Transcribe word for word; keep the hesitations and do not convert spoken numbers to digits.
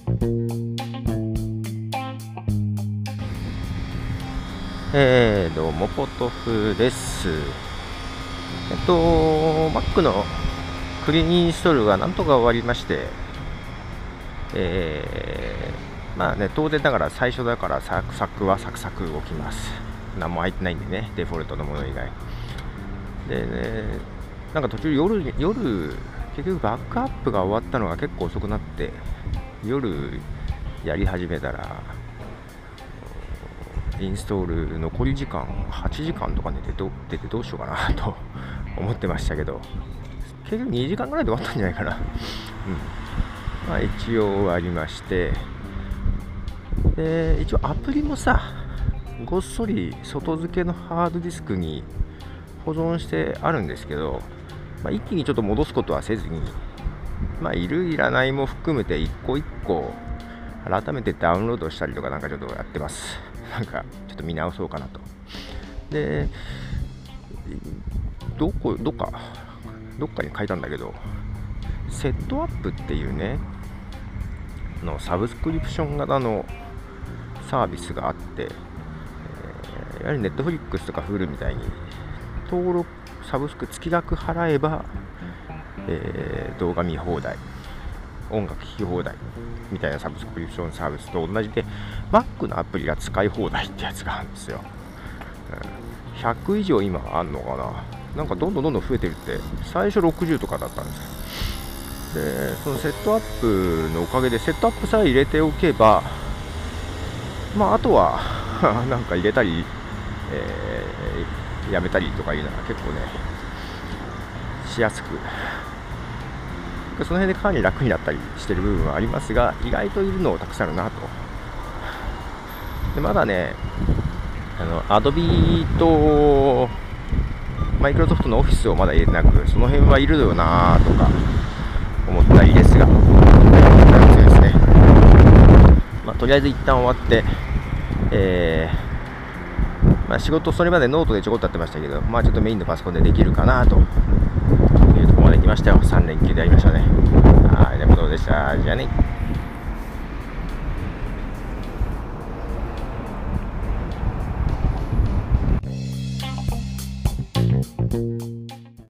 えー、どうもポトフです。えっと Mac のクリーンインストールがなんとか終わりまして、えー、まあね、当然ながら最初だからサクサクはサクサク動きます。何も入ってないんでね、デフォルトのもの以外でね。なんか途中夜夜結局バックアップが終わったのが結構遅くなって、夜やり始めたらインストール残り時間はちじかんとか寝てど出てどうしようかなと思ってましたけど、結局にじかんぐらいで終わったんじゃないかな。うん、まあ一応終わりまして、で一応アプリもさ、ごっそり外付けのハードディスクに保存してあるんですけど、まあ、一気にちょっと戻すことはせずに、まあ、いるいらないも含めて一個一個改めてダウンロードしたりとかなんかちょっとやってます。なんかちょっと見直そうかなと。で、どこどっかどっかに書いたんだけど、セットアップっていうねのサブスクリプション型のサービスがあって、えー、いわゆるネットフリックスとかフルみたいに登録サブスク月額払えば、えー、動画見放題、音楽聴き放題みたいなサブスクリプションサービスと同じで Mac のアプリが使い放題ってやつがあるんですよ。うん、ひゃく以上今あんのかな。なんかどんどんどんどん増えてるって。最初ろくじゅうとかだったんですよ。でそのセットアップのおかげでセットアップさえ入れておけば、まああとはなんか入れたり、えー、やめたりとかいうのが結構ねしやすく、その辺でかなり楽になったりしてる部分はありますが、意外といるのたくさんあるなと。でまだね、あの Adobe と Microsoft の Office をまだ入れてなく、その辺はいるよなとか思ったりですが、ですね、まあ、とりあえず一旦終わって、えーまあ、仕事それまでノートでちょこっとやってましたけど、まあちょっとメインのパソコンでできるかなというところまで来ましたよ。さん連休でやりましたね。はい、でもどうでした。じゃあね。